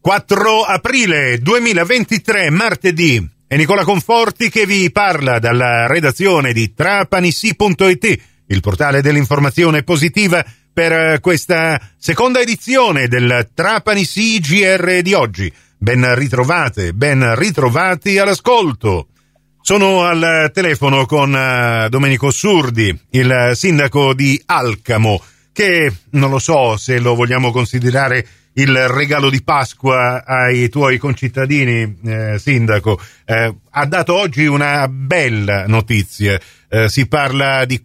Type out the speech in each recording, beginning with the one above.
4 aprile 2023, martedì. È Nicola Conforti che vi parla dalla redazione di Trapanissi.it, il portale dell'informazione positiva, per questa seconda edizione del Trapanissi GR di oggi. Ben ritrovate, ben ritrovati all'ascolto. Sono al telefono con Domenico Surdi, il sindaco di Alcamo, che non lo so se lo vogliamo considerare il regalo di Pasqua ai tuoi concittadini, sindaco. Ha dato oggi una bella notizia. Si parla di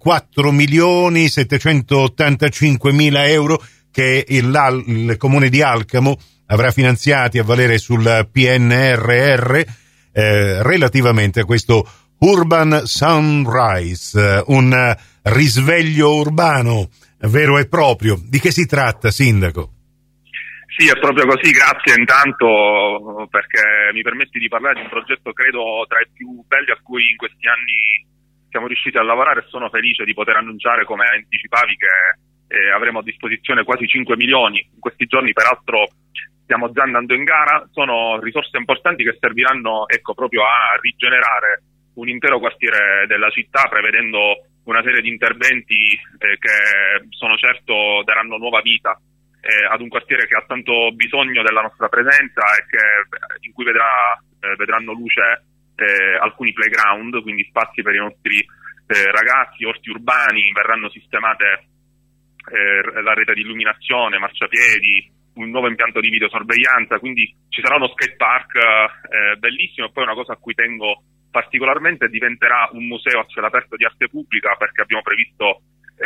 4.785.000 euro che il comune di Alcamo avrà finanziati a valere sul PNRR relativamente a questo Urban Sunrise, un risveglio urbano vero e proprio. Di che si tratta, sindaco? Sì, è proprio così, grazie intanto perché mi permetti di parlare di un progetto credo tra i più belli a cui in questi anni siamo riusciti a lavorare, e sono felice di poter annunciare, come anticipavi, che avremo a disposizione quasi 5 milioni. In questi giorni peraltro stiamo già andando in gara, sono risorse importanti che serviranno proprio a rigenerare un intero quartiere della città, prevedendo una serie di interventi che sono certo daranno nuova vita ad un quartiere che ha tanto bisogno della nostra presenza e in cui vedranno luce alcuni playground, quindi spazi per i nostri ragazzi, orti urbani, verranno sistemate la rete di illuminazione, marciapiedi, un nuovo impianto di videosorveglianza, quindi ci sarà uno skate park bellissimo. E poi una cosa a cui tengo particolarmente: diventerà un museo a cielo aperto di arte pubblica, perché abbiamo previsto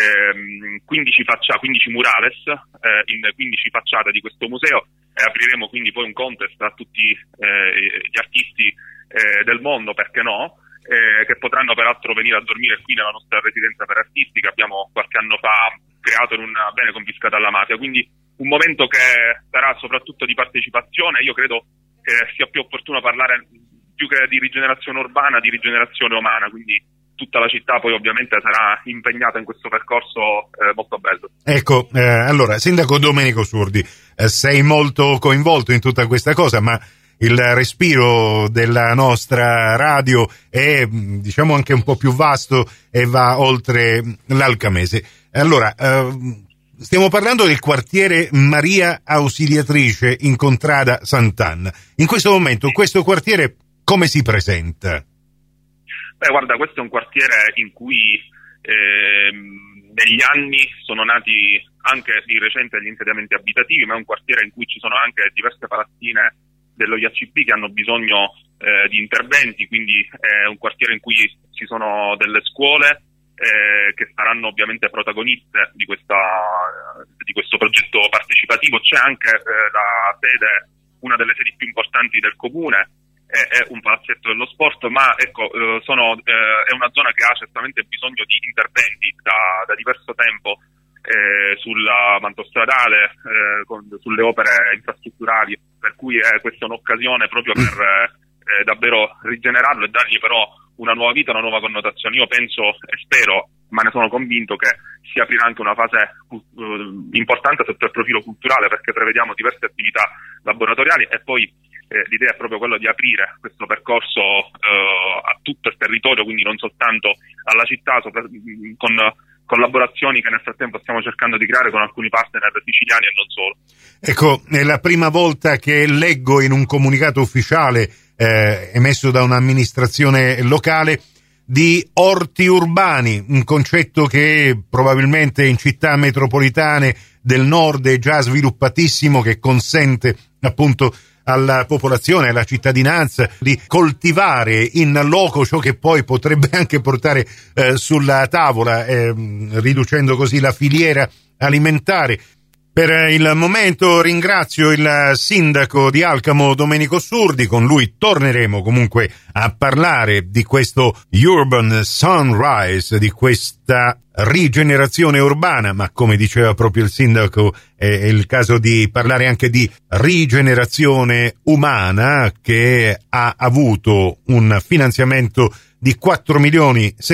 15 murales in 15 facciate di questo museo, e apriremo quindi poi un contest a tutti gli artisti del mondo, perché no, che potranno peraltro venire a dormire qui nella nostra residenza per artisti che abbiamo qualche anno fa creato in un bene confiscato alla mafia. Quindi un momento che sarà soprattutto di partecipazione. Io credo che sia più opportuno parlare, più che di rigenerazione urbana, di rigenerazione umana, quindi tutta la città poi ovviamente sarà impegnata in questo percorso molto bello. Ecco, allora, sindaco Domenico Surdi, sei molto coinvolto in tutta questa cosa, ma il respiro della nostra radio è, diciamo, anche un po' più vasto e va oltre l'alcamese. Allora, stiamo parlando del quartiere Maria Ausiliatrice in Contrada Sant'Anna. In questo momento questo quartiere come si presenta? Guarda, questo è un quartiere in cui negli anni sono nati anche di recente gli insediamenti abitativi, ma è un quartiere in cui ci sono anche diverse palazzine dello IACP che hanno bisogno di interventi, quindi è un quartiere in cui ci sono delle scuole che saranno ovviamente protagoniste di questo progetto partecipativo. C'è anche una delle sedi più importanti del comune, è un palazzetto dello sport, ma è una zona che ha certamente bisogno di interventi da diverso tempo sulla mantostradale, sulle opere infrastrutturali, per cui questa è un'occasione proprio per davvero rigenerarlo e dargli però una nuova vita, una nuova connotazione. Io penso e spero, ma ne sono convinto, che si aprirà anche una fase importante sotto il profilo culturale, perché prevediamo diverse attività laboratoriali, e poi l'idea è proprio quella di aprire questo percorso a tutto il territorio, quindi non soltanto alla città, con collaborazioni che nel frattempo stiamo cercando di creare con alcuni partner siciliani e non solo. Ecco, è la prima volta che leggo in un comunicato ufficiale emesso da un'amministrazione locale di orti urbani, un concetto che probabilmente in città metropolitane del nord è già sviluppatissimo, che consente appunto alla popolazione, alla cittadinanza di coltivare in loco ciò che poi potrebbe anche portare sulla tavola, riducendo così la filiera alimentare. Per il momento ringrazio il sindaco di Alcamo Domenico Surdi, con lui torneremo comunque a parlare di questo Urban Sunrise, di questa rigenerazione urbana, ma come diceva proprio il sindaco è il caso di parlare anche di rigenerazione umana, che ha avuto un finanziamento di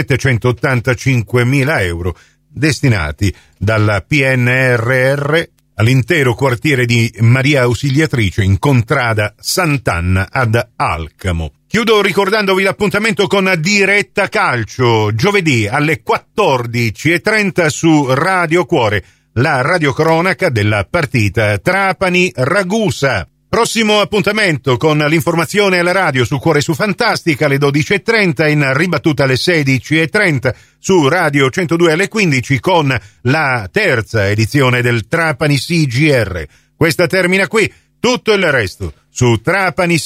4.785.000 euro destinati dal PNRR all'intero quartiere di Maria Ausiliatrice in Contrada Sant'Anna ad Alcamo. Chiudo ricordandovi l'appuntamento con Diretta Calcio, giovedì alle 14:30 su Radio Cuore, la radiocronaca della partita Trapani-Ragusa. Prossimo appuntamento con l'informazione alla radio su Cuore su Fantastica alle 12:30, in ribattuta alle 16:30 su Radio 102 alle 15 con la terza edizione del Trapani CGR. Questa termina qui, tutto il resto su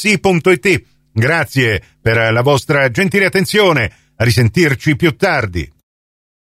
trapanisi.it. Grazie per la vostra gentile attenzione, a risentirci più tardi.